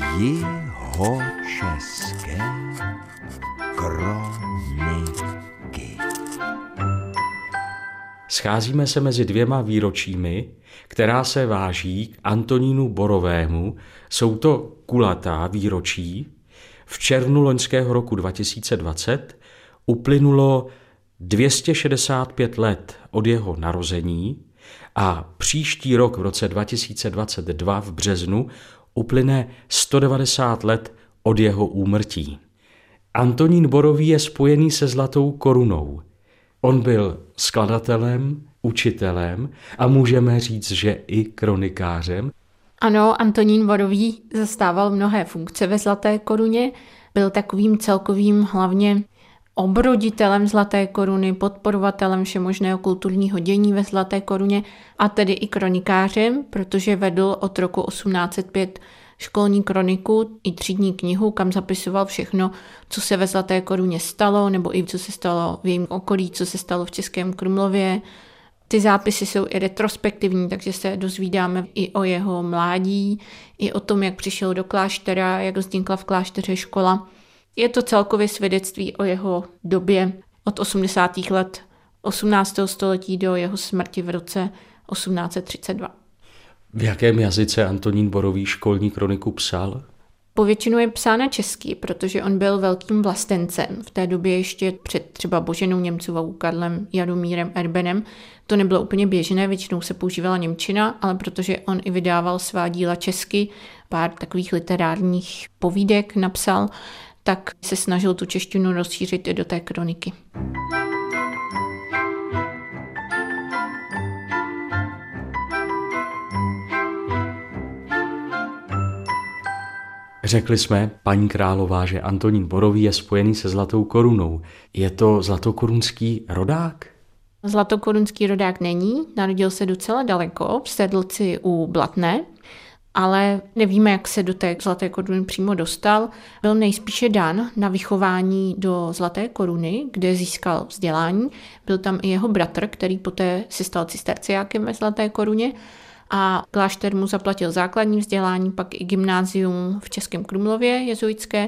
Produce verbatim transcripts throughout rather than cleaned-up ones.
Jihočeské kroniky. Scházíme se mezi dvěma výročími, která se váží k Antonínu Borovému. Jsou to kulatá výročí. V červnu loňského roku dva tisíce dvacet uplynulo dvě stě šedesát pět let od jeho narození a příští rok v roce dva tisíce dvacet dva v březnu uplyne sto devadesát let od jeho úmrtí. Antonín Borový je spojený se Zlatou korunou. On byl skladatelem, učitelem a můžeme říct, že i kronikářem. Ano, Antonín Borový zastával mnohé funkce ve Zlaté koruně, byl takovým celkovým hlavně obroditelem Zlaté koruny, podporovatelem všemožného kulturního dění ve Zlaté koruně a tedy i kronikářem, protože vedl od roku osmnáct set pět školní kroniku i třídní knihu, kam zapisoval všechno, co se ve Zlaté koruně stalo, nebo i co se stalo v jejím okolí, co se stalo v Českém Krumlově. Ty zápisy jsou i retrospektivní, takže se dozvídáme i o jeho mládí, i o tom, jak přišel do kláštera, jak vznikla v klášteře škola. Je to celkově svědectví o jeho době od osmdesátých let osmnáctého století do jeho smrti v roce osmnáct set třicet dva. V jakém jazyce Antonín Borový školní kroniku psal? Povětšinou je psána česky, protože on byl velkým vlastencem. V té době ještě před třeba Boženou Němcovou, Karlem Jaromírem Erbenem. To nebylo úplně běžné, většinou se používala němčina, ale protože on i vydával svá díla česky, pár takových literárních povídek napsal, tak se snažil tu češtinu rozšířit i do té kroniky. Řekli jsme, paní králová, že Antonín Borový je spojený se Zlatou korunou. Je to zlatokorunský rodák? Zlatokorunský rodák není, narodil se docela daleko, v Sedlci u Blatné, ale nevíme, jak se do té Zlaté koruny přímo dostal. Byl nejspíše dán na vychování do Zlaté koruny, kde získal vzdělání. Byl tam i jeho bratr, který poté se stal cisterciákem ve Zlaté koruně a klášter mu zaplatil základní vzdělání, pak i gymnázium v Českém Krumlově jezuitské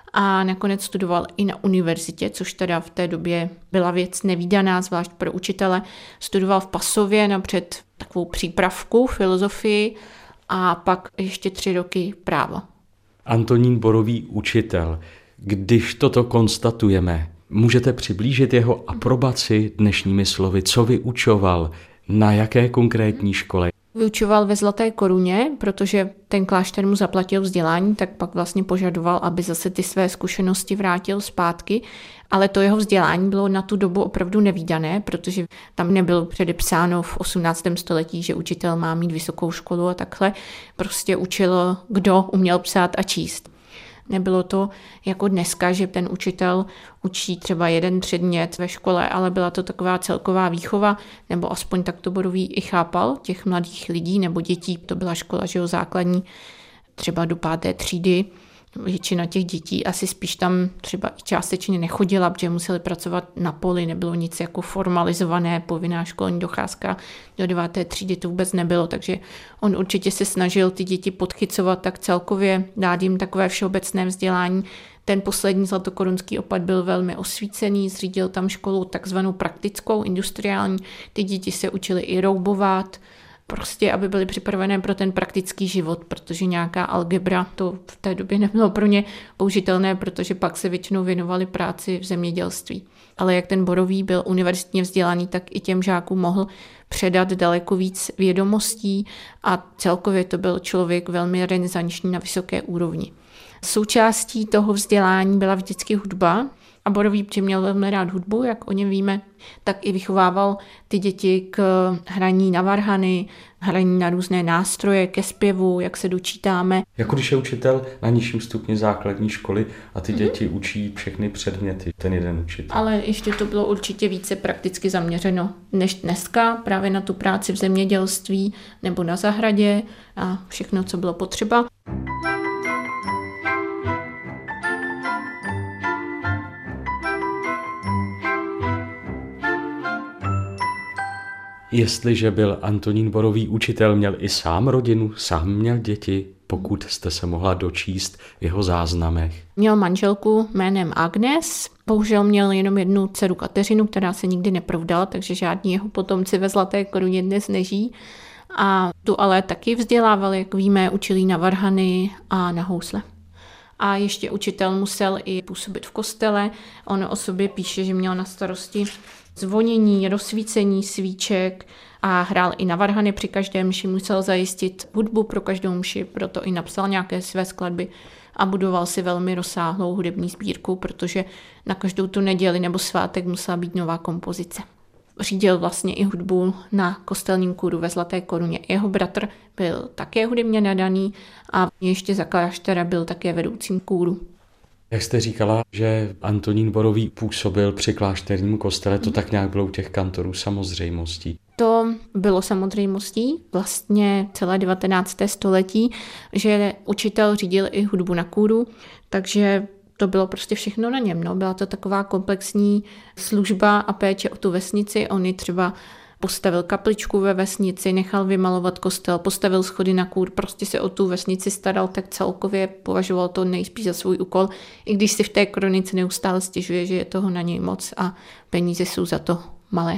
a nakonec studoval i na univerzitě, což teda v té době byla věc nevídaná, zvlášť pro učitele. Studoval v Pasově napřed takovou přípravku, filozofii, a pak ještě tři roky právo. Antonín Borový učitel. Když toto konstatujeme, můžete přiblížit jeho aprobaci dnešními slovy, co vyučoval, na jaké konkrétní škole? Vyučoval ve Zlaté koruně, protože ten klášter mu zaplatil vzdělání, tak pak vlastně požadoval, aby zase ty své zkušenosti vrátil zpátky, ale to jeho vzdělání bylo na tu dobu opravdu nevídané, protože tam nebylo předepsáno v osmnáctém století, že učitel má mít vysokou školu a takhle. Prostě učil, kdo uměl psát a číst. Nebylo to jako dneska, že ten učitel učí třeba jeden předmět ve škole, ale byla to taková celková výchova, nebo aspoň tak to Borový i chápal těch mladých lidí nebo dětí. To byla škola, že jo, základní, třeba do páté třídy. Většina těch dětí asi spíš tam třeba i částečně nechodila, protože museli pracovat na poli, nebylo nic jako formalizované, povinná školní docházka do deváté třídy to vůbec nebylo, takže on určitě se snažil ty děti podchycovat tak celkově, dát jim takové všeobecné vzdělání. Ten poslední zlatokorunský opat byl velmi osvícený, zřídil tam školu takzvanou praktickou, industriální, ty děti se učily i roubovat, prostě, aby byly připravené pro ten praktický život, protože nějaká algebra to v té době nebylo pro ně použitelné, protože pak se většinou věnovali práci v zemědělství. Ale jak ten Borový byl univerzitně vzdělaný, tak i těm žákům mohl předat daleko víc vědomostí a celkově to byl člověk velmi renesanční na vysoké úrovni. Součástí toho vzdělání byla vždycky hudba, a Borový, protože měl velmi rád hudbu, jak o něm víme, tak i vychovával ty děti k hraní na varhany, hraní na různé nástroje, ke zpěvu, jak se dočítáme. Jako když je učitel na nižším stupni základní školy a ty děti mm-hmm. učí všechny předměty, ten jeden učitel. Ale ještě to bylo určitě více prakticky zaměřeno než dneska, právě na tu práci v zemědělství nebo na zahradě a všechno, co bylo potřeba. Jestliže byl Antonín Borový učitel, měl i sám rodinu, sám měl děti, pokud jste se mohla dočíst v jeho záznamech. Měl manželku jménem Agnes, bohužel měl jenom jednu dceru Kateřinu, která se nikdy neprovdala, takže žádní jeho potomci ve Zlaté koruně dnes nežijí. A tu ale taky vzdělával, jak víme, učili na varhany a na housle. A ještě učitel musel i působit v kostele. On o sobě píše, že měl na starosti zvonění, rozsvícení svíček a hrál i na varhany při každé mši, musel zajistit hudbu pro každou mši, proto i napsal nějaké své skladby a budoval si velmi rozsáhlou hudební sbírku, protože na každou tu neděli nebo svátek musela být nová kompozice. Řídil vlastně i hudbu na kostelním kůru ve Zlaté koruně. Jeho bratr byl také hudebně nadaný a ještě za kláštera byl také vedoucím kůru. Jak jste říkala, že Antonín Borový působil při klášterním kostele, to tak nějak bylo u těch kantorů samozřejmostí. To bylo samozřejmostí vlastně celé devatenácté století, že učitel řídil i hudbu na kůru, takže to bylo prostě všechno na něm. No. Byla to taková komplexní služba a péče o tu vesnici. On třeba postavil kapličku ve vesnici, nechal vymalovat kostel, postavil schody na kůr, prostě se o tu vesnici staral, tak celkově považoval to nejspíš za svůj úkol, i když si v té kronice neustále stěžuje, že je toho na něj moc a peníze jsou za to malé.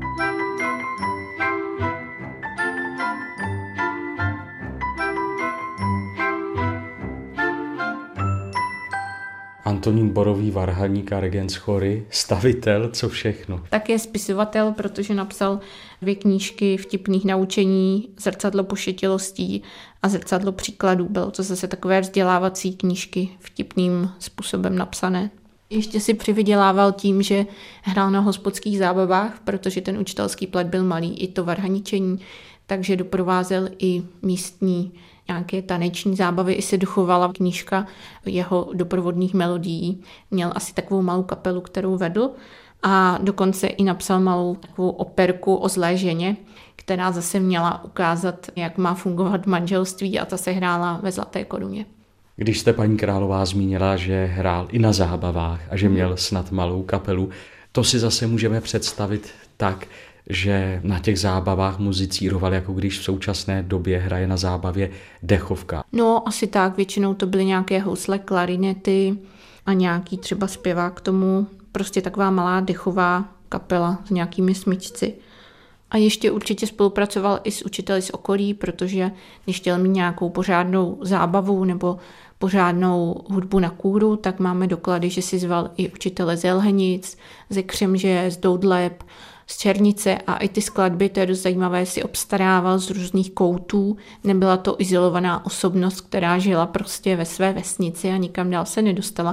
Antonín Borový, varhaník a regent chory, stavitel, co všechno. Také spisovatel, protože napsal dvě knížky vtipných naučení, Zrcadlo pošetilostí a Zrcadlo příkladů. Bylo to zase takové vzdělávací knížky vtipným způsobem napsané. Ještě si přivydělával tím, že hrál na hospodských zábavách, protože ten učitelský plat byl malý, i to varhaničení, takže doprovázel i místní nějaké taneční zábavy, i se dochovala knížka jeho doprovodných melodií. Měl asi takovou malou kapelu, kterou vedl a dokonce i napsal malou takovou operku o zlé ženě, která zase měla ukázat, jak má fungovat manželství a ta se hrála ve Zlaté koruně. Když jste, paní Králová, zmínila, že hrál i na zábavách a že měl snad malou kapelu, to si zase můžeme představit tak, že na těch zábavách muzicíroval, jako když v současné době hraje na zábavě dechovka. No, asi tak, většinou to byly nějaké housle, klarinety a nějaký třeba zpěvák k tomu, prostě taková malá dechová kapela s nějakými smyčci. A ještě určitě spolupracoval i s učiteli z okolí, protože když chtěl mít nějakou pořádnou zábavu nebo pořádnou hudbu na kůru, tak máme doklady, že si zval i učitele z Jelhenic, ze Křemže, z Doudleb, z Černice a i ty skladby, to je dost zajímavé, si obstarával z různých koutů. Nebyla to izolovaná osobnost, která žila prostě ve své vesnici a nikam dál se nedostala,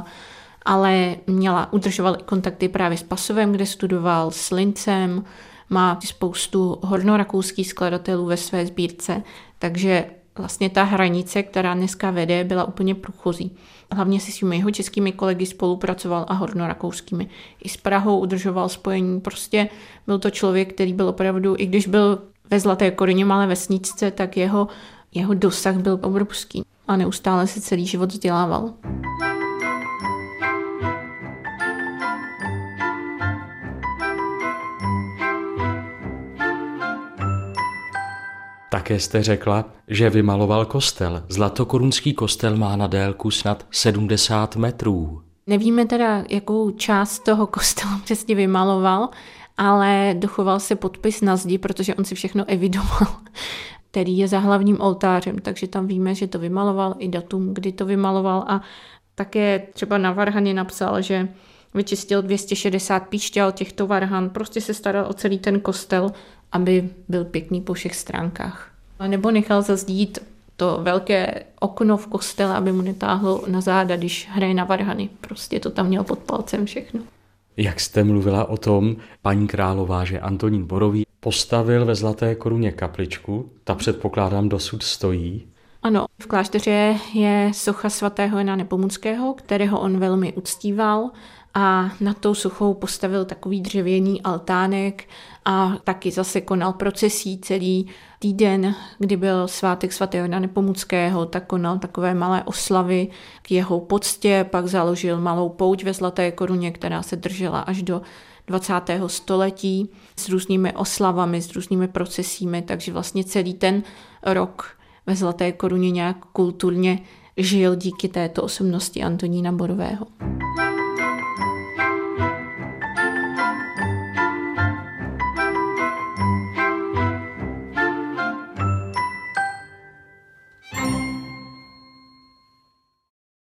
ale měla, udržoval i kontakty právě s Pasovem, kde studoval, s Lincem, má spoustu hornorakouských skladatelů ve své sbírce, takže vlastně ta hranice, která dneska vede, byla úplně průchozí. Hlavně se svými jeho českými kolegy spolupracoval a hornorakouskými. I s Prahou udržoval spojení. Prostě byl to člověk, který byl opravdu, i když byl ve Zlaté koruně malé vesničce, tak jeho, jeho dosah byl obrovský. A neustále se celý život vzdělával. Také jste řekla, že vymaloval kostel. Zlatokorunský kostel má na délku snad sedmdesát metrů. Nevíme teda, jakou část toho kostela přesně vymaloval, ale dochoval se podpis na zdi, protože on si všechno evidoval, který je za hlavním oltářem, takže tam víme, že to vymaloval, i datum, kdy to vymaloval a také třeba na varhany napsal, že vyčistil dvě stě šedesát píšťal těchto varhan, prostě se staral o celý ten kostel, aby byl pěkný po všech stránkách. A nebo nechal zazdít to velké okno v kostele, aby mu netáhlo na záda, když hraje na varhany. Prostě to tam měl pod palcem všechno. Jak jste mluvila o tom, paní Králová, že Antonín Borový postavil ve Zlaté koruně kapličku, ta předpokládám dosud stojí. Ano, v klášteře je socha svatého Jana Nepomuckého, kterého on velmi uctíval a nad tou sochou postavil takový dřevěný altánek a taky zase konal procesí celý týden, kdy byl svátek svatého Jana Nepomuckého, tak konal takové malé oslavy k jeho poctě, pak založil malou pouť ve Zlaté koruně, která se držela až do dvacátého století s různými oslavami, s různými procesími, takže vlastně celý ten rok ve Zlaté koruně nějak kulturně žil díky této osobnosti Antonína Borového.